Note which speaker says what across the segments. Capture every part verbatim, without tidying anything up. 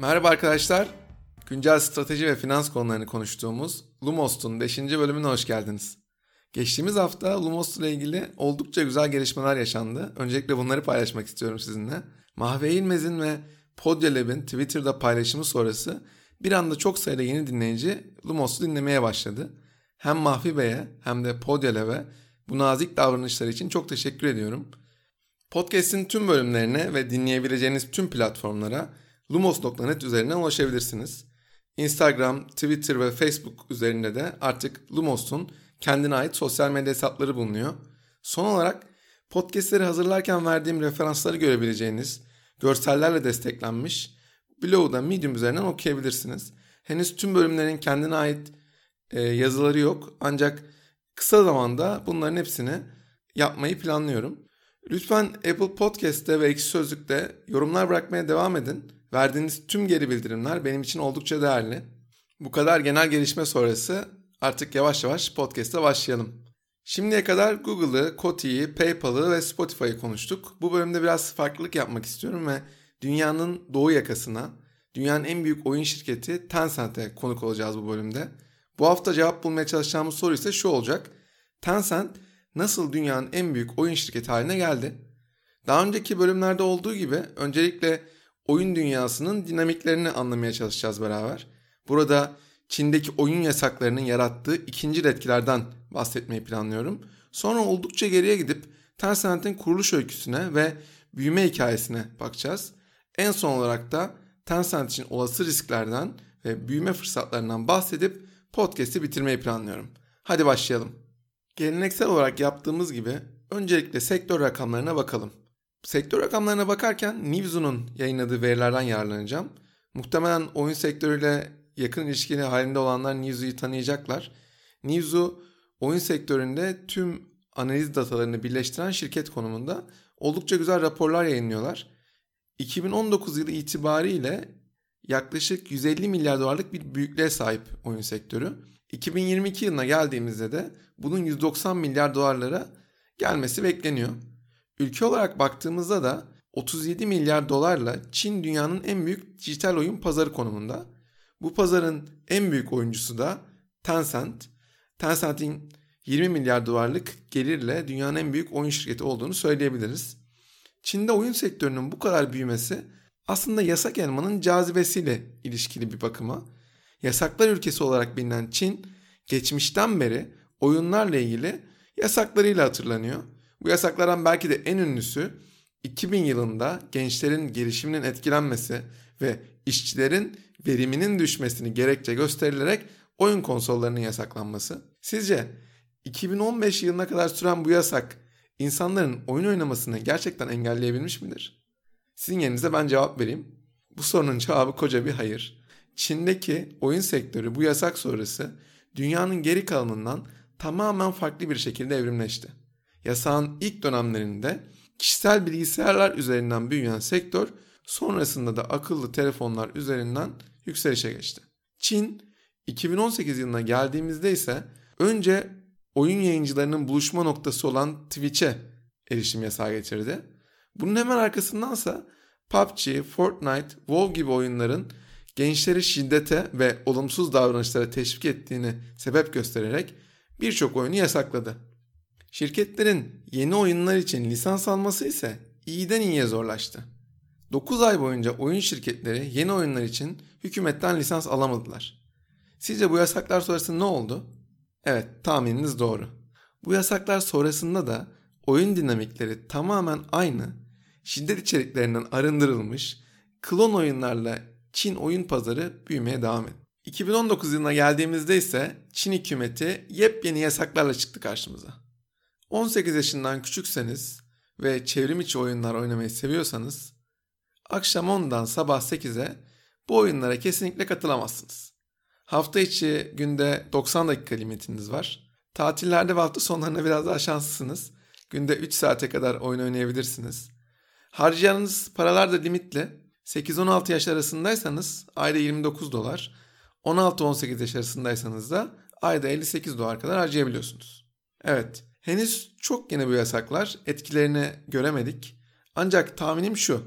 Speaker 1: Merhaba arkadaşlar. Güncel strateji ve finans konularını konuştuğumuz Lumos'un beşinci bölümüne hoş geldiniz. Geçtiğimiz hafta Lumos ile ilgili oldukça güzel gelişmeler yaşandı. Öncelikle bunları paylaşmak istiyorum sizinle. Mahve İlmez'in ve Podyalab'in Twitter'da paylaşımı sonrası bir anda çok sayıda yeni dinleyici Lumos'u dinlemeye başladı. Hem Mahvi Bey'e hem de Podyalab'e bu nazik davranışları için çok teşekkür ediyorum. Podcast'in tüm bölümlerine ve dinleyebileceğiniz tüm platformlara lumos nokta net üzerinden ulaşabilirsiniz. Instagram, Twitter ve Facebook üzerinde de artık Lumos'un kendine ait sosyal medya hesapları bulunuyor. Son olarak podcastleri hazırlarken verdiğim referansları görebileceğiniz, görsellerle desteklenmiş blogu da Medium üzerinden okuyabilirsiniz. Henüz tüm bölümlerin kendine ait e, yazıları yok, ancak kısa zamanda bunların hepsini yapmayı planlıyorum. Lütfen Apple Podcast'te ve Ekşi Sözlük'te yorumlar bırakmaya devam edin. Verdiğiniz tüm geri bildirimler benim için oldukça değerli. Bu kadar genel gelişme sonrası artık yavaş yavaş podcast'a başlayalım. Şimdiye kadar Google'ı, Koti'yi, PayPal'ı ve Spotify'ı konuştuk. Bu bölümde biraz farklılık yapmak istiyorum ve dünyanın doğu yakasına, dünyanın en büyük oyun şirketi Tencent'e konuk olacağız bu bölümde. Bu hafta cevap bulmaya çalışacağımız soru ise şu olacak: Tencent nasıl dünyanın en büyük oyun şirketi haline geldi? Daha önceki bölümlerde olduğu gibi öncelikle oyun dünyasının dinamiklerini anlamaya çalışacağız beraber. Burada Çin'deki oyun yasaklarının yarattığı ikinci etkilerden bahsetmeyi planlıyorum. Sonra oldukça geriye gidip Tencent'in kuruluş öyküsüne ve büyüme hikayesine bakacağız. En son olarak da Tencent için olası risklerden ve büyüme fırsatlarından bahsedip podcast'i bitirmeyi planlıyorum. Hadi başlayalım. Geleneksel olarak yaptığımız gibi öncelikle sektör rakamlarına bakalım. Sektör rakamlarına bakarken Newzoo'nun yayınladığı verilerden yararlanacağım. Muhtemelen oyun sektörüyle yakın ilişkili halinde olanlar Newzoo'yu tanıyacaklar. Newzoo, oyun sektöründe tüm analiz datalarını birleştiren şirket konumunda oldukça güzel raporlar yayınlıyorlar. iki bin on dokuz yılı itibariyle yaklaşık yüz elli milyar dolarlık bir büyüklüğe sahip oyun sektörü. iki bin yirmi iki yılına geldiğimizde de bunun yüz doksan milyar dolarlara gelmesi bekleniyor. Ülke olarak baktığımızda da otuz yedi milyar dolarla Çin dünyanın en büyük dijital oyun pazarı konumunda. Bu pazarın en büyük oyuncusu da Tencent. Tencent'in yirmi milyar dolarlık gelirle dünyanın en büyük oyun şirketi olduğunu söyleyebiliriz. Çin'de oyun sektörünün bu kadar büyümesi aslında yasak elmanın cazibesiyle ilişkili bir bakıma. Yasaklar ülkesi olarak bilinen Çin, geçmişten beri oyunlarla ilgili yasaklarıyla hatırlanıyor. Bu yasaklardan belki de en ünlüsü iki bin yılında gençlerin gelişiminin etkilenmesi ve işçilerin veriminin düşmesini gerekçe gösterilerek oyun konsollarının yasaklanması. Sizce iki bin on beş yılına kadar süren bu yasak insanların oyun oynamasını gerçekten engelleyebilmiş midir? Sizin yerinize ben cevap vereyim. Bu sorunun cevabı koca bir hayır. Çin'deki oyun sektörü bu yasak sonrası dünyanın geri kalanından tamamen farklı bir şekilde evrimleşti. Yasağın ilk dönemlerinde kişisel bilgisayarlar üzerinden büyüyen sektör sonrasında da akıllı telefonlar üzerinden yükselişe geçti. Çin iki bin on sekiz yılına geldiğimizde ise önce oyun yayıncılarının buluşma noktası olan Twitch'e erişim yasağı getirdi. Bunun hemen arkasındansa P U B G, Fortnite, WoW gibi oyunların gençleri şiddete ve olumsuz davranışlara teşvik ettiğini sebep göstererek birçok oyunu yasakladı. Şirketlerin yeni oyunlar için lisans alması ise iyiden iyiye zorlaştı. dokuz ay boyunca oyun şirketleri yeni oyunlar için hükümetten lisans alamadılar. Sizce bu yasaklar sonrasında ne oldu? Evet, tahmininiz doğru. Bu yasaklar sonrasında da oyun dinamikleri tamamen aynı, şiddet içeriklerinden arındırılmış, klon oyunlarla Çin oyun pazarı büyümeye devam etti. iki bin on dokuz yılına geldiğimizde ise Çin hükümeti yepyeni yasaklarla çıktı karşımıza. on sekiz yaşından küçükseniz ve çevrim içi oyunlar oynamayı seviyorsanız akşam ondan sabah sekize bu oyunlara kesinlikle katılamazsınız. Hafta içi günde doksan dakika limitiniz var. Tatillerde ve hafta sonlarında biraz daha şanslısınız. Günde üç saate kadar oyun oynayabilirsiniz. Harcayacağınız paralar da limitli. sekiz on altı yaş arasındaysanız ayda yirmi dokuz dolar, on altı on sekiz yaş arasındaysanız da ayda elli sekiz dolar kadar harcayabiliyorsunuz. Evet, henüz çok yeni bu yasaklar, etkilerini göremedik. Ancak tahminim şu: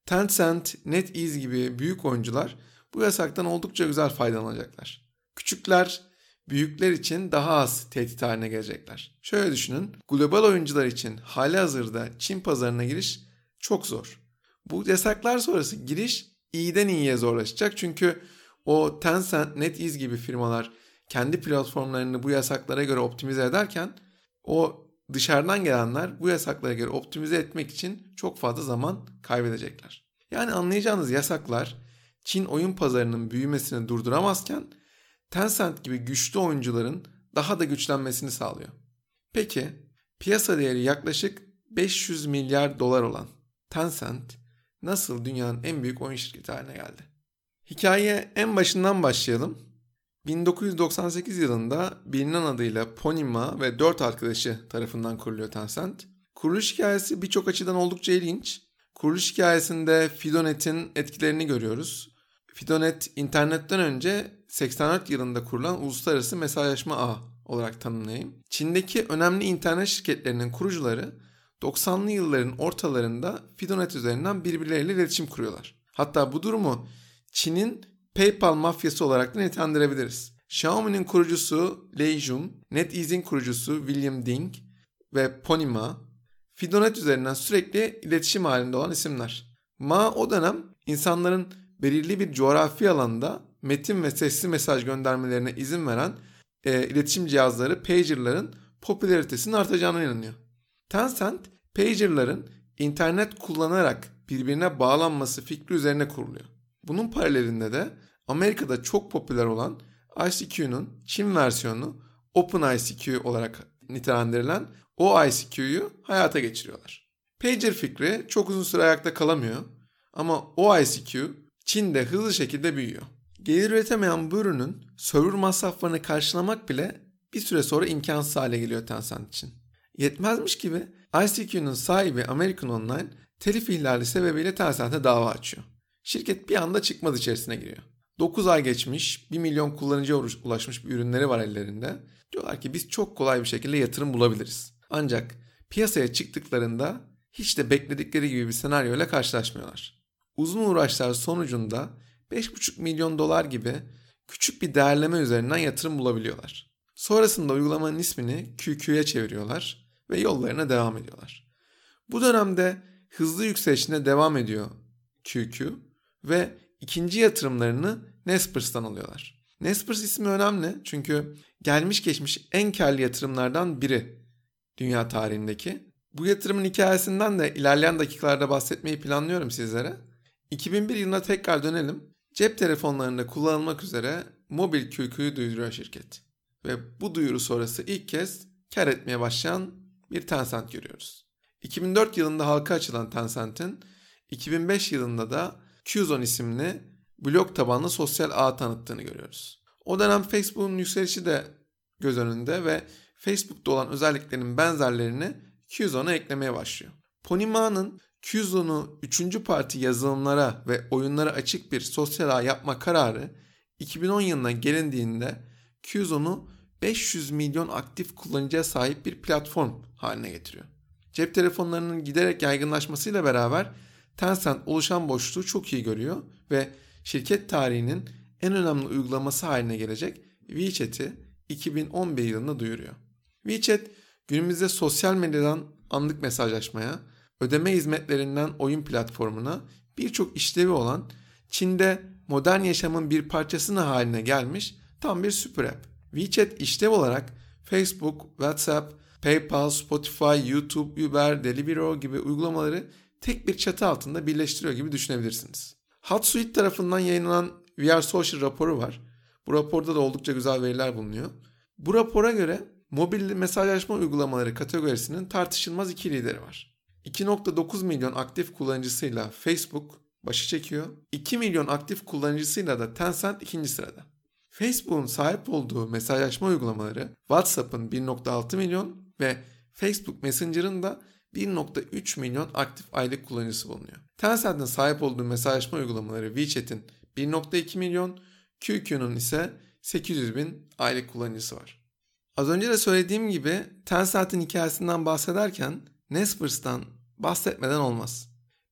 Speaker 1: Tencent, NetEase gibi büyük oyuncular bu yasaktan oldukça güzel faydalanacaklar. Küçükler, büyükler için daha az tehdit haline gelecekler. Şöyle düşünün, global oyuncular için halihazırda Çin pazarına giriş çok zor. Bu yasaklar sonrası giriş iyiden iyiye zorlaşacak çünkü o Tencent, NetEase gibi firmalar kendi platformlarını bu yasaklara göre optimize ederken o dışarıdan gelenler bu yasaklara göre optimize etmek için çok fazla zaman kaybedecekler. Yani anlayacağınız yasaklar Çin oyun pazarının büyümesini durduramazken Tencent gibi güçlü oyuncuların daha da güçlenmesini sağlıyor. Peki piyasa değeri yaklaşık beş yüz milyar dolar olan Tencent nasıl dünyanın en büyük oyun şirketi haline geldi? Hikayeye en başından başlayalım. bin dokuz yüz doksan sekiz yılında bilinen adıyla Ponyma ve dört arkadaşı tarafından kuruluyor Tencent. Kuruluş hikayesi birçok açıdan oldukça ilginç. Kuruluş hikayesinde FidoNet'in etkilerini görüyoruz. FidoNet internetten önce seksen dört yılında kurulan uluslararası mesajlaşma ağı olarak tanımlayayım. Çin'deki önemli internet şirketlerinin kurucuları doksanlı yılların ortalarında FidoNet üzerinden birbirleriyle iletişim kuruyorlar. Hatta bu durumu Çin'in PayPal mafyası olarak da nitelendirebiliriz. Xiaomi'nin kurucusu Lei Jun, NetEase'in kurucusu William Ding ve Ponyma, FidoNet üzerinden sürekli iletişim halinde olan isimler. Ma o dönem insanların belirli bir coğrafi alanda metin ve sesli mesaj göndermelerine izin veren e, iletişim cihazları, pager'ların popülaritesinin artacağına inanıyor. Tencent, pager'ların internet kullanarak birbirine bağlanması fikri üzerine kuruluyor. Bunun paralelinde de Amerika'da çok popüler olan I C Q'nun Çin versiyonu OpenICQ olarak nitelendirilen O I C Q'yu hayata geçiriyorlar. Pager fikri çok uzun süre ayakta kalamıyor ama O I C Q Çin'de hızlı şekilde büyüyor. Gelir üretemeyen bu ürünün server masraflarını karşılamak bile bir süre sonra imkansız hale geliyor Tencent için. Yetmezmiş gibi I C Q'nun sahibi American Online telif ihlali sebebiyle Tencent'e dava açıyor. Şirket bir anda çıkmaz içerisine giriyor. dokuz ay geçmiş, bir milyon kullanıcıya ulaşmış bir ürünleri var ellerinde. Diyorlar ki biz çok kolay bir şekilde yatırım bulabiliriz. Ancak piyasaya çıktıklarında hiç de bekledikleri gibi bir senaryoyla karşılaşmıyorlar. Uzun uğraşlar sonucunda beş buçuk milyon dolar gibi küçük bir değerleme üzerinden yatırım bulabiliyorlar. Sonrasında uygulamanın ismini Q Q'ya çeviriyorlar ve yollarına devam ediyorlar. Bu dönemde hızlı yükselişine devam ediyor Q Q ve ikinci yatırımlarını Naspers'tan alıyorlar. Naspers ismi önemli çünkü gelmiş geçmiş en karlı yatırımlardan biri dünya tarihindeki. Bu yatırımın hikayesinden de ilerleyen dakikalarda bahsetmeyi planlıyorum sizlere. iki bin bir yılına tekrar dönelim. Cep telefonlarında kullanılmak üzere mobil Q Q'yu duyuruyor şirket. Ve bu duyuru sonrası ilk kez kar etmeye başlayan bir Tencent görüyoruz. iki bin dört yılında halka açılan Tencent'in iki bin beş yılında da Qzone isimli blog tabanlı sosyal ağ tanıttığını görüyoruz. O dönem Facebook'un yükselişi de göz önünde ve Facebook'ta olan özelliklerinin benzerlerini Qzone'a eklemeye başlıyor. Ponyma'nın Qzone'u üçüncü parti yazılımlara ve oyunlara açık bir sosyal ağ yapma kararı iki bin on yılına gelindiğinde Qzone'u beş yüz milyon aktif kullanıcıya sahip bir platform haline getiriyor. Cep telefonlarının giderek yaygınlaşmasıyla beraber Tencent oluşan boşluğu çok iyi görüyor ve şirket tarihinin en önemli uygulaması haline gelecek WeChat'i iki bin on bir yılında duyuruyor. WeChat günümüzde sosyal medyadan anlık mesajlaşmaya, ödeme hizmetlerinden oyun platformuna birçok işlevi olan Çin'de modern yaşamın bir parçasını haline gelmiş tam bir süper app. WeChat işlev olarak Facebook, WhatsApp, PayPal, Spotify, YouTube, Uber, Deliveroo gibi uygulamaları tek bir çatı altında birleştiriyor gibi düşünebilirsiniz. HotSuite tarafından yayınlanan We Are Social raporu var. Bu raporda da oldukça güzel veriler bulunuyor. Bu rapora göre mobil mesajlaşma uygulamaları kategorisinin tartışılmaz iki lideri var. iki virgül dokuz milyon aktif kullanıcısıyla Facebook başı çekiyor. iki milyon aktif kullanıcısıyla da Tencent ikinci sırada. Facebook'un sahip olduğu mesajlaşma uygulamaları WhatsApp'ın bir virgül altı milyon ve Facebook Messenger'ın da bir virgül üç milyon aktif aylık kullanıcısı bulunuyor. Tencent'in sahip olduğu mesajlaşma uygulamaları WeChat'in bir virgül iki milyon, Q Q'nun ise sekiz yüz bin aylık kullanıcısı var. Az önce de söylediğim gibi Tencent'in hikayesinden bahsederken Naspers'tan bahsetmeden olmaz.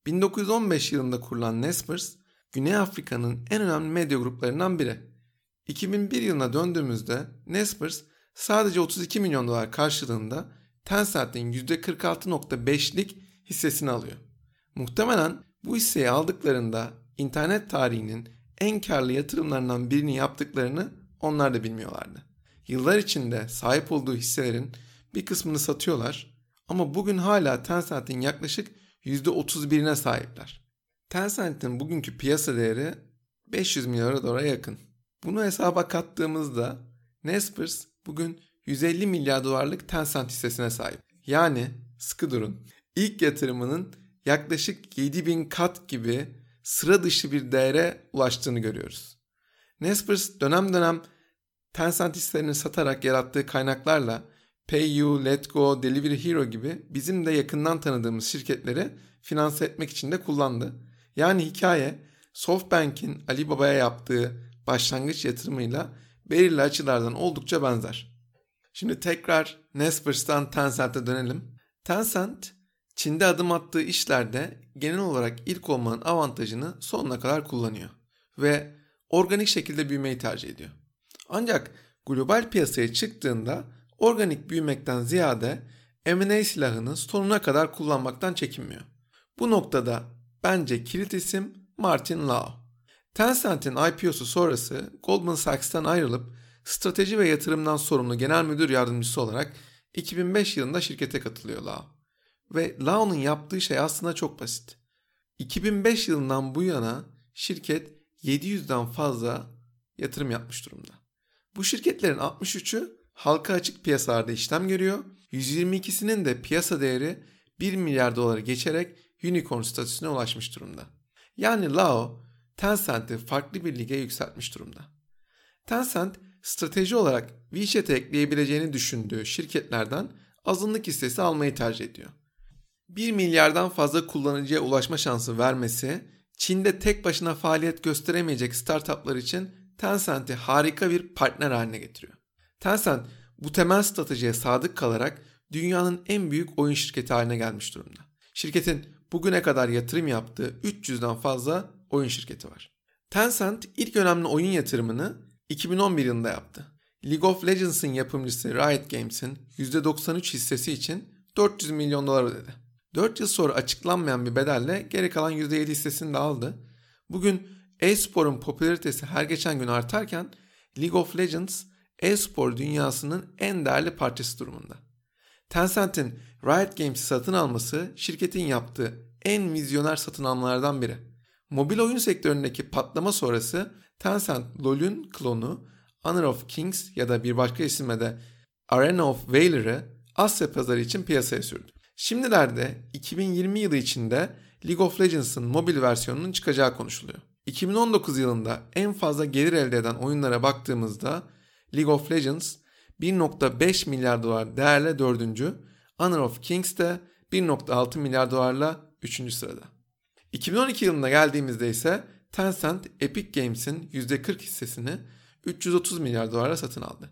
Speaker 1: bin dokuz yüz on beş yılında kurulan Naspers, Güney Afrika'nın en önemli medya gruplarından biri. iki bin bir yılına döndüğümüzde Naspers sadece otuz iki milyon dolar karşılığında Tencent'in yüzde kırk altı nokta beşlik hissesini alıyor. Muhtemelen bu hisseyi aldıklarında internet tarihinin en karlı yatırımlarından birini yaptıklarını onlar da bilmiyorlardı. Yıllar içinde sahip olduğu hisselerin bir kısmını satıyorlar ama bugün hala Tencent'in yaklaşık yüzde otuz birine sahipler. Tencent'in bugünkü piyasa değeri beş yüz milyar dolara yakın. Bunu hesaba kattığımızda Naspers bugün yüz elli milyar dolarlık Tencent hissesine sahip. Yani sıkı durun, İlk yatırımının yaklaşık yedi bin kat gibi sıra dışı bir değere ulaştığını görüyoruz. Naspers dönem dönem Tencent hisselerini satarak yarattığı kaynaklarla PayU, Letgo, Delivery Hero gibi bizim de yakından tanıdığımız şirketleri finanse etmek için de kullandı. Yani hikaye SoftBank'in Alibaba'ya yaptığı başlangıç yatırımıyla belirli açılardan oldukça benzer. Şimdi tekrar Naspers'tan Tencent'e dönelim. Tencent, Çin'de adım attığı işlerde genel olarak ilk olmanın avantajını sonuna kadar kullanıyor ve organik şekilde büyümeyi tercih ediyor. Ancak global piyasaya çıktığında organik büyümekten ziyade M and A silahını sonuna kadar kullanmaktan çekinmiyor. Bu noktada bence kilit isim Martin Lau. Tencent'in I P O'su sonrası Goldman Sachs'tan ayrılıp strateji ve yatırımdan sorumlu genel müdür yardımcısı olarak iki bin beş yılında şirkete katılıyor Lau. Ve Lau'nun yaptığı şey aslında çok basit. iki bin beş yılından bu yana şirket yedi yüzden fazla yatırım yapmış durumda. Bu şirketlerin altmış üçü halka açık piyasalarda işlem görüyor. yüz yirmi ikisinin de piyasa değeri bir milyar doları geçerek unicorn statüsüne ulaşmış durumda. Yani Lau, Tencent'i farklı bir lige yükseltmiş durumda. Tencent, strateji olarak WeChat'e ekleyebileceğini düşündüğü şirketlerden azınlık hissesi almayı tercih ediyor. bir milyardan fazla kullanıcıya ulaşma şansı vermesi, Çin'de tek başına faaliyet gösteremeyecek startuplar için Tencent'i harika bir partner haline getiriyor. Tencent bu temel stratejiye sadık kalarak dünyanın en büyük oyun şirketi haline gelmiş durumda. Şirketin bugüne kadar yatırım yaptığı üç yüzden fazla oyun şirketi var. Tencent ilk önemli oyun yatırımını iki bin on bir yılında yaptı. League of Legends'ın yapımcısı Riot Games'in yüzde doksan üç hissesi için dört yüz milyon dolar ödedi. dört yıl sonra açıklanmayan bir bedelle geri kalan yüzde yedi hissesini de aldı. Bugün e-sporun popülaritesi her geçen gün artarken League of Legends e-spor dünyasının en değerli parçası durumunda. Tencent'in Riot Games'i satın alması şirketin yaptığı en vizyoner satın almalardan biri. Mobil oyun sektöründeki patlama sonrası Tencent LoL'ün klonu Honor of Kings ya da bir başka isimle de Arena of Valor'ı Asya pazarı için piyasaya sürdü. Şimdilerde iki bin yirmi yılı içinde League of Legends'ın mobil versiyonunun çıkacağı konuşuluyor. iki bin on dokuz yılında en fazla gelir elde eden oyunlara baktığımızda League of Legends bir virgül beş milyar dolar değerle dördüncü, Honor of Kings de bir virgül altı milyar dolarla üçüncü sırada. iki bin on iki yılında geldiğimizde ise Tencent Epic Games'in yüzde kırk hissesini üç yüz otuz milyar dolarla satın aldı.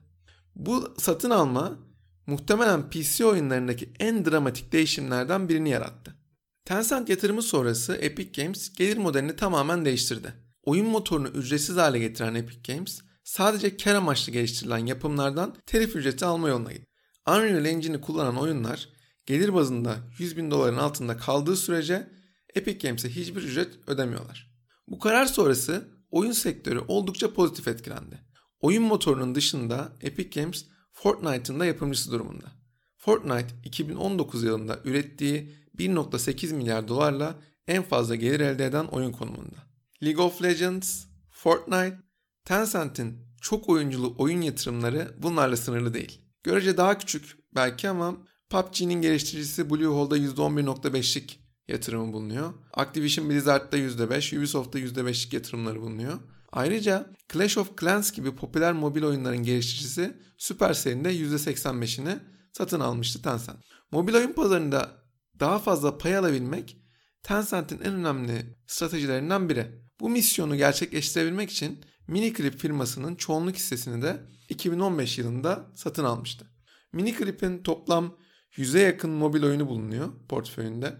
Speaker 1: Bu satın alma muhtemelen P C oyunlarındaki en dramatik değişimlerden birini yarattı. Tencent yatırımı sonrası Epic Games gelir modelini tamamen değiştirdi. Oyun motorunu ücretsiz hale getiren Epic Games sadece kar amaçlı geliştirilen yapımlardan telif ücreti alma yoluna gitti. Unreal Engine'i kullanan oyunlar gelir bazında yüz bin doların altında kaldığı sürece Epic Games'e hiçbir ücret ödemiyorlar. Bu karar sonrası oyun sektörü oldukça pozitif etkilendi. Oyun motorunun dışında Epic Games Fortnite'ın da yapımcısı durumunda. Fortnite iki bin on dokuz yılında ürettiği bir virgül sekiz milyar dolarla en fazla gelir elde eden oyun konumunda. League of Legends, Fortnite, Tencent'in çok oyunculu oyun yatırımları bunlarla sınırlı değil. Görece daha küçük belki ama P U B G'nin geliştiricisi Bluehole'da yüzde on bir virgül beşlik yatırımı bulunuyor. Activision Blizzard'da yüzde beş, Ubisoft'ta yüzde beşlik yatırımları bulunuyor. Ayrıca Clash of Clans gibi popüler mobil oyunların geliştiricisi Supercell'in de yüzde seksen beşini satın almıştı Tencent. Mobil oyun pazarında daha fazla pay alabilmek Tencent'in en önemli stratejilerinden biri. Bu misyonu gerçekleştirebilmek için Miniclip firmasının çoğunluk hissesini de iki bin on beş yılında satın almıştı. Miniclip'in toplam yüze yakın mobil oyunu bulunuyor portföyünde.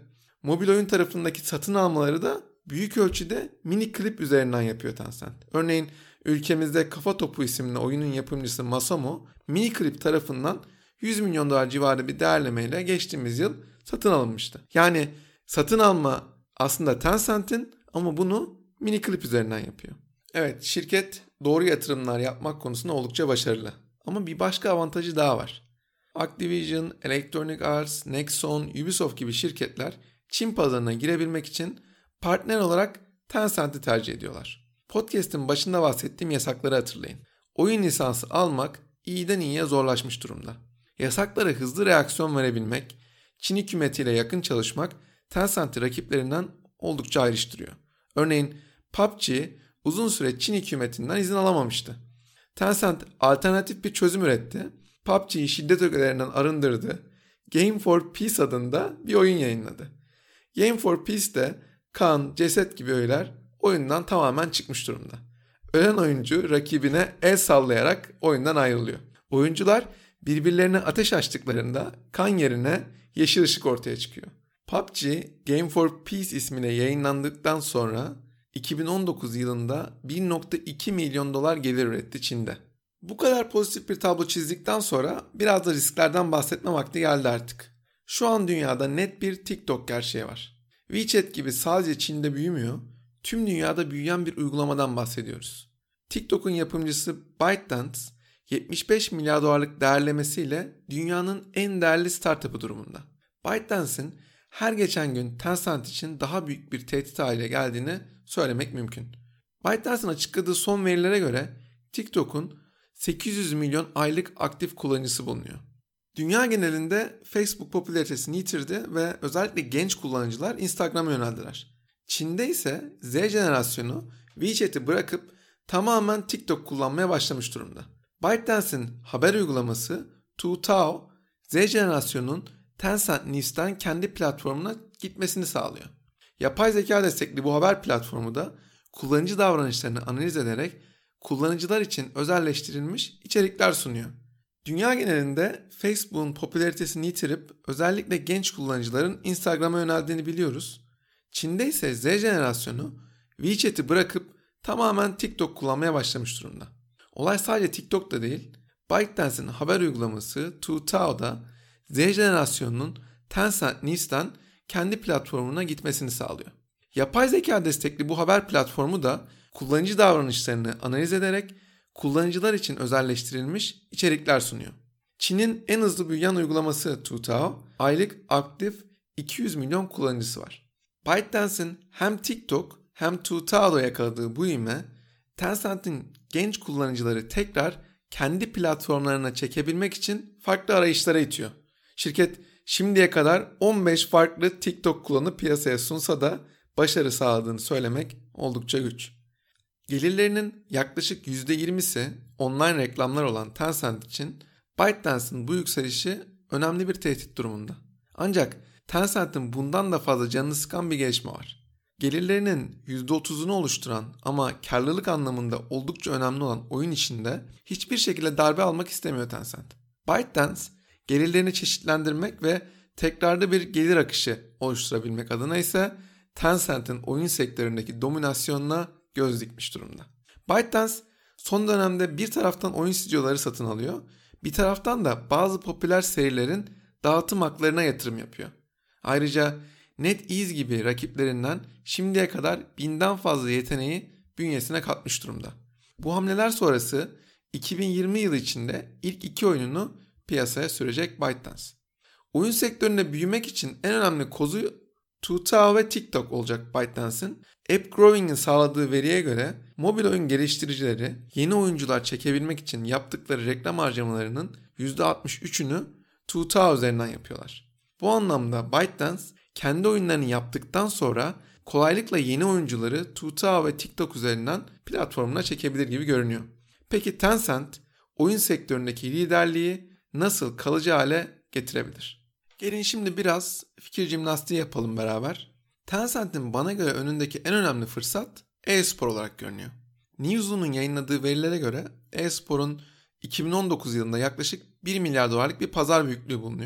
Speaker 1: Mobil oyun tarafındaki satın almaları da büyük ölçüde mini klip üzerinden yapıyor Tencent. Örneğin ülkemizde Kafa Topu isimli oyunun yapımcısı Masamo, mini klip tarafından yüz milyon dolar civarı bir değerlemeyle geçtiğimiz yıl satın alınmıştı. Yani satın alma aslında Tencent'in ama bunu mini klip üzerinden yapıyor. Evet, şirket doğru yatırımlar yapmak konusunda oldukça başarılı. Ama bir başka avantajı daha var. Activision, Electronic Arts, Nexon, Ubisoft gibi şirketler Çin pazarına girebilmek için partner olarak Tencent'i tercih ediyorlar. Podcast'in başında bahsettiğim yasakları hatırlayın. Oyun lisansı almak iyiden iyiye zorlaşmış durumda. Yasaklara hızlı reaksiyon verebilmek, Çin hükümetiyle yakın çalışmak Tencent'i rakiplerinden oldukça ayrıştırıyor. Örneğin P U B G uzun süre Çin hükümetinden izin alamamıştı. Tencent alternatif bir çözüm üretti. P U B G'yi şiddet ögelerinden arındırdı. Game for Peace adında bir oyun yayınladı. Game for Peace de kan, ceset gibi öğeler oyundan tamamen çıkmış durumda. Ölen oyuncu rakibine el sallayarak oyundan ayrılıyor. Oyuncular birbirlerine ateş açtıklarında kan yerine yeşil ışık ortaya çıkıyor. P U B G Game for Peace ismine yayınlandıktan sonra iki bin on dokuz yılında bir virgül iki milyon dolar gelir üretti Çin'de. Bu kadar pozitif bir tablo çizdikten sonra biraz da risklerden bahsetme vakti geldi artık. Şu an dünyada net bir TikTok gerçeği var. WeChat gibi sadece Çin'de büyümüyor, tüm dünyada büyüyen bir uygulamadan bahsediyoruz. TikTok'un yapımcısı ByteDance, yetmiş beş milyar dolarlık değerlemesiyle dünyanın en değerli startup'ı durumunda. ByteDance'in her geçen gün Tencent için daha büyük bir tehdit haline geldiğini söylemek mümkün. ByteDance'ın açıkladığı son verilere göre TikTok'un sekiz yüz milyon aylık aktif kullanıcısı bulunuyor. Dünya genelinde Facebook popülaritesini yitirdi ve özellikle genç kullanıcılar Instagram'a yöneldiler. Çin'de ise Z jenerasyonu WeChat'i bırakıp tamamen TikTok kullanmaya başlamış durumda. ByteDance'in haber uygulaması Tutao, Z jenerasyonunun Tencent News'ten kendi platformuna gitmesini sağlıyor. Yapay zeka destekli bu haber platformu da kullanıcı davranışlarını analiz ederek kullanıcılar için özelleştirilmiş içerikler sunuyor. Dünya genelinde Facebook'un popülaritesini yitirip özellikle genç kullanıcıların Instagram'a yöneldiğini biliyoruz. Çin'de ise Z jenerasyonu WeChat'i bırakıp tamamen TikTok kullanmaya başlamış durumda. Olay sadece TikTok'ta değil, ByteDance'in haber uygulaması Tutao'da Z jenerasyonunun Tencent News'ten kendi platformuna gitmesini sağlıyor. Yapay zeka destekli bu haber platformu da kullanıcı davranışlarını analiz ederek kullanıcılar için özelleştirilmiş içerikler sunuyor. Çin'in en hızlı büyüyen uygulaması Tutao, aylık aktif iki yüz milyon kullanıcısı var. ByteDance'in hem TikTok hem Tutao'da yakaladığı bu ivme, Tencent'in genç kullanıcıları tekrar kendi platformlarına çekebilmek için farklı arayışlara itiyor. Şirket şimdiye kadar on beş farklı TikTok kullanıp piyasaya sunsa da başarı sağladığını söylemek oldukça güç. Gelirlerinin yaklaşık yüzde yirmisi online reklamlar olan Tencent için ByteDance'ın bu yükselişi önemli bir tehdit durumunda. Ancak Tencent'in bundan da fazla canını sıkan bir gelişme var. Gelirlerinin yüzde otuzunu oluşturan ama karlılık anlamında oldukça önemli olan oyun işinde hiçbir şekilde darbe almak istemiyor Tencent. ByteDance gelirlerini çeşitlendirmek ve tekrarda bir gelir akışı oluşturabilmek adına ise Tencent'in oyun sektöründeki dominasyonuna göz dikmiş durumda. ByteDance son dönemde bir taraftan oyun stüdyoları satın alıyor, bir taraftan da bazı popüler serilerin dağıtım haklarına yatırım yapıyor. Ayrıca NetEase gibi rakiplerinden şimdiye kadar binden fazla yeteneği bünyesine katmış durumda. Bu hamleler sonrası iki bin yirmi yılı içinde ilk iki oyununu piyasaya sürecek ByteDance. Oyun sektöründe büyümek için en önemli kozu Tutao ve TikTok olacak ByteDance'in. AppGrowing'in sağladığı veriye göre mobil oyun geliştiricileri yeni oyuncular çekebilmek için yaptıkları reklam harcamalarının yüzde altmış üçünü Tutao üzerinden yapıyorlar. Bu anlamda ByteDance kendi oyunlarını yaptıktan sonra kolaylıkla yeni oyuncuları Tutao ve TikTok üzerinden platformuna çekebilir gibi görünüyor. Peki Tencent oyun sektöründeki liderliği nasıl kalıcı hale getirebilir? Gelin şimdi biraz fikir jimnastiği yapalım beraber. Tencent'in bana göre önündeki en önemli fırsat e-spor olarak görünüyor. Newzoo'nun yayınladığı verilere göre e-sporun iki bin on dokuz yılında yaklaşık bir milyar dolarlık bir pazar büyüklüğü bulunuyor.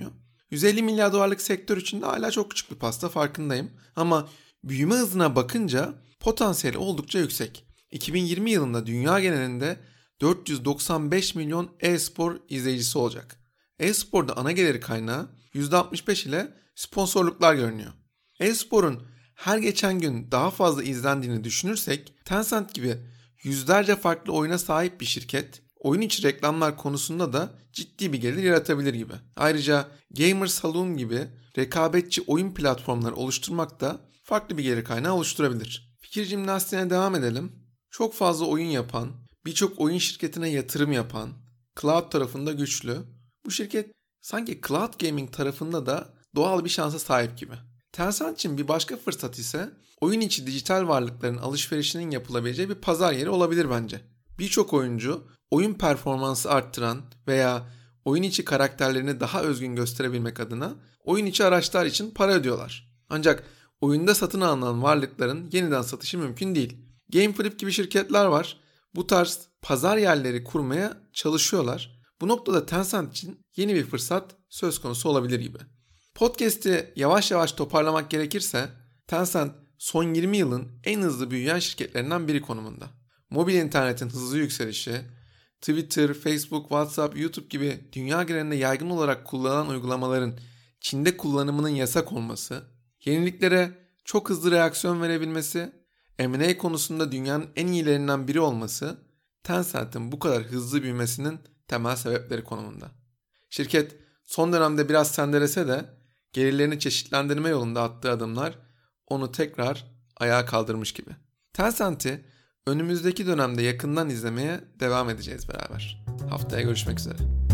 Speaker 1: yüz elli milyar dolarlık sektör içinde hala çok küçük bir pasta, farkındayım. Ama büyüme hızına bakınca potansiyeli oldukça yüksek. iki bin yirmi yılında dünya genelinde dört yüz doksan beş milyon e-spor izleyicisi olacak. E-sporda ana geliri kaynağı yüzde altmış beş ile sponsorluklar görünüyor. E-sporun her geçen gün daha fazla izlendiğini düşünürsek Tencent gibi yüzlerce farklı oyuna sahip bir şirket oyun içi reklamlar konusunda da ciddi bir gelir yaratabilir gibi. Ayrıca Gamer Saloon gibi rekabetçi oyun platformları oluşturmak da farklı bir gelir kaynağı oluşturabilir. Fikir jimnastiğine devam edelim. Çok fazla oyun yapan, birçok oyun şirketine yatırım yapan, cloud tarafında güçlü. Bu şirket sanki cloud gaming tarafında da doğal bir şansa sahip gibi. Tencent için bir başka fırsat ise oyun içi dijital varlıkların alışverişinin yapılabileceği bir pazar yeri olabilir bence. Birçok oyuncu oyun performansı arttıran veya oyun içi karakterlerini daha özgün gösterebilmek adına oyun içi araçlar için para ödüyorlar. Ancak oyunda satın alınan varlıkların yeniden satışı mümkün değil. Gameflip gibi şirketler var. Bu tarz pazar yerleri kurmaya çalışıyorlar. Bu noktada Tencent için yeni bir fırsat söz konusu olabilir gibi. Podcast'i yavaş yavaş toparlamak gerekirse Tencent son yirmi yılın en hızlı büyüyen şirketlerinden biri konumunda. Mobil internetin hızlı yükselişi, Twitter, Facebook, WhatsApp, YouTube gibi dünya genelinde yaygın olarak kullanılan uygulamaların Çin'de kullanımının yasak olması, yeniliklere çok hızlı reaksiyon verebilmesi, M and A konusunda dünyanın en iyilerinden biri olması, Tencent'in bu kadar hızlı büyümesinin temel sebepleri konumunda. Şirket son dönemde biraz sendelese de gelirlerini çeşitlendirme yolunda attığı adımlar onu tekrar ayağa kaldırmış gibi. Tencent'i önümüzdeki dönemde yakından izlemeye devam edeceğiz beraber. Haftaya görüşmek üzere.